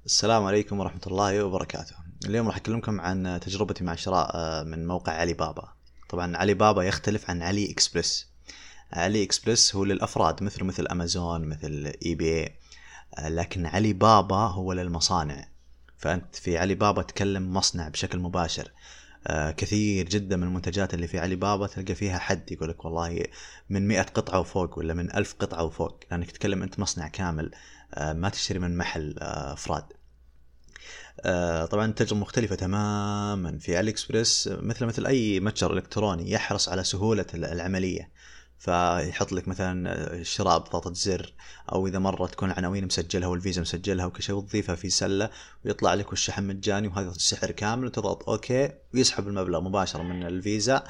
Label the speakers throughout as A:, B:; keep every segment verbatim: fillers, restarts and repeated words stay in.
A: السلام عليكم ورحمة الله وبركاته. اليوم راح أكلمكم عن تجربتي مع شراء من موقع علي بابا. طبعا علي بابا يختلف عن علي إكسبرس. علي إكسبرس هو للأفراد مثل مثل أمازون مثل إي بي، لكن علي بابا هو للمصانع. فأنت في علي بابا تكلم مصنع بشكل مباشر. كثير جدا من المنتجات اللي في علي بابا تلقى فيها حد يقولك والله من مئة قطعة وفوق ولا من ألف قطعة وفوق، لأنك تتكلم أنت مصنع كامل، ما تشتري من محل أفراد. طبعا التجربة مختلفة تماما. في علي اكسبرس مثل مثل اي متجر الكتروني يحرص على سهولة العملية، فيحط لك مثلا شراء بضغطة زر، او اذا مرة تكون العناوين مسجلها والفيزا مسجلها وكل شيء، وتضيفها في سلة ويطلع لك والشحن مجاني وهذا السعر كامل، وتضغط اوكي ويسحب المبلغ مباشرة من الفيزا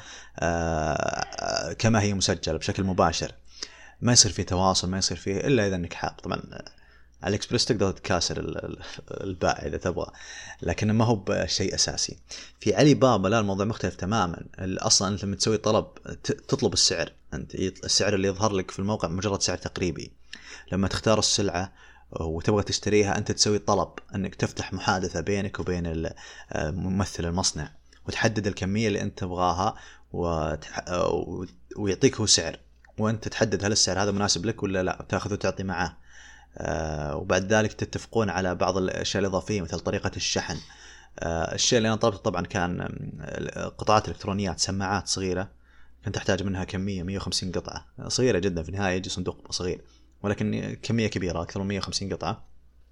A: كما هي مسجلة بشكل مباشر. ما يصير فيه تواصل، ما يصير فيه الا اذا انك حاب. طبعا على الاكسبرس تقدر تكاسر البائع اذا تبغى، لكن ما هو بشيء اساسي. في علي بابا لا، الموضوع مختلف تماما. اصلا انت لما تسوي طلب تطلب السعر، انت السعر اللي يظهر لك في الموقع مجرد سعر تقريبي. لما تختار السلعه وتبغى تشتريها انت تسوي طلب انك تفتح محادثه بينك وبين ممثل المصنع وتحدد الكميه اللي انت تبغاها وتح... ويعطيك هو سعر، وانت تحدد هل السعر هذا مناسب لك ولا لا، تاخذ وتعطي معاه. آه وبعد ذلك تتفقون على بعض الاشياء الاضافيه مثل طريقه الشحن. آه الشيء اللي انا طلبته طبعا كان قطعات الكترونيات، سماعات صغيره كنت احتاج منها كميه مئة وخمسين قطعه، صغيره جدا، في النهايه يجي صندوق صغير ولكن كميه كبيره اكثر من مئة وخمسين قطعه.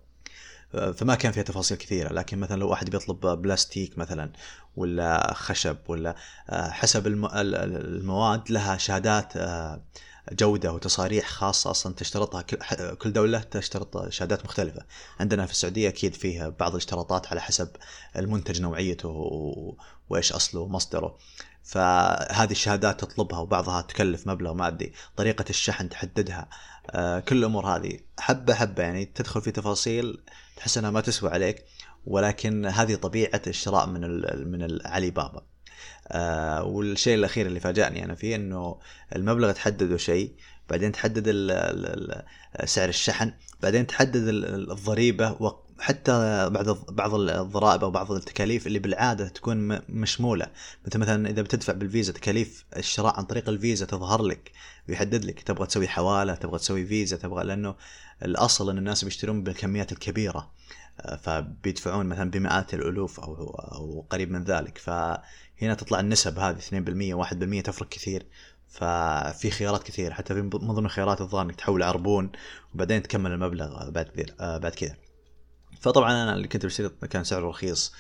A: فما كان فيها تفاصيل كثيرة. لكن مثلا لو واحد بيطلب بلاستيك مثلا ولا خشب ولا حسب المواد لها شهادات جودة وتصاريح خاصة أصلا تشترطها، كل دولة تشترط شهادات مختلفة. عندنا في السعودية أكيد فيها بعض الاشتراطات على حسب المنتج، نوعيته وإيش أصله ومصدره، فهذه الشهادات تطلبها وبعضها تكلف مبلغ مادي. طريقة الشحن تحددها. كل الأمور هذه حبة حبة يعني تدخل في تفاصيل تحس أنها ما تسوى عليك، ولكن هذه طبيعة الشراء من من العلي بابا. آه والشيء الأخير اللي فاجأني أنا فيه إنه المبلغ تحدده شيء، بعدين تحدد ال ال سعر الشحن، بعدين تحدد الضريبة، وحتى بعض بعض الضرائب أو بعض التكاليف اللي بالعادة تكون مشمولة. مثل مثلا إذا بتدفع بالفيزا تكاليف الشراء عن طريق الفيزا تظهر لك ويحدد لك تبغى تسوي حوالة، تبغى تسوي فيزا، تبغى، لأنه الأصل أن الناس بيشترون بالكميات الكبيرة فبيدفعون مثلا بمئات الألوف أو أو قريب من ذلك. فهنا تطلع النسب هذه اثنين بالمئة واحد بالمئة تفرق كثير. ففي خيارات كثير، حتى في من ضمن الخيارات الظاهر انك تحول عربون وبعدين تكمل المبلغ بعد كذا بعد كذا. فطبعا انا اللي كنت بشتري كان سعره رخيص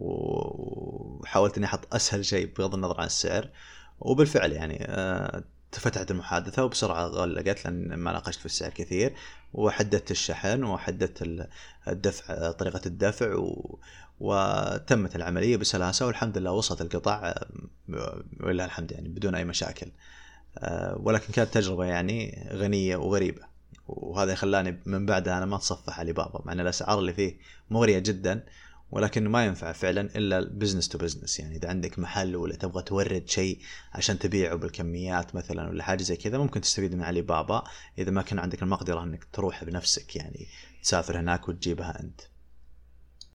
A: وحاولت اني احط اسهل شيء بغض النظر عن السعر، وبالفعل يعني فتحت المحادثة وبسرعة غلقت لأن ما ناقشت في السعر كثير، وحددت الشحن وحددت الدفع، طريقة الدفع، و... وتمت العملية بسلاسة والحمد لله وصلت القطع ولله الحمد يعني بدون أي مشاكل. ولكن كانت تجربة يعني غنية وغريبة، وهذا خلاني من بعدها أنا ما أتصفح علي بابا، مع أن الأسعار اللي فيه مغرية جدا، ولكن ما ينفع فعلا إلا البزنس تو بزنس. يعني إذا عندك محل ولا تبغى تورد شيء عشان تبيعه بالكميات مثلا ولا حاجة زي كذا ممكن تستفيد من علي بابا، إذا ما كان عندك المقدرة أنك تروح بنفسك يعني تسافر هناك وتجيبها أنت.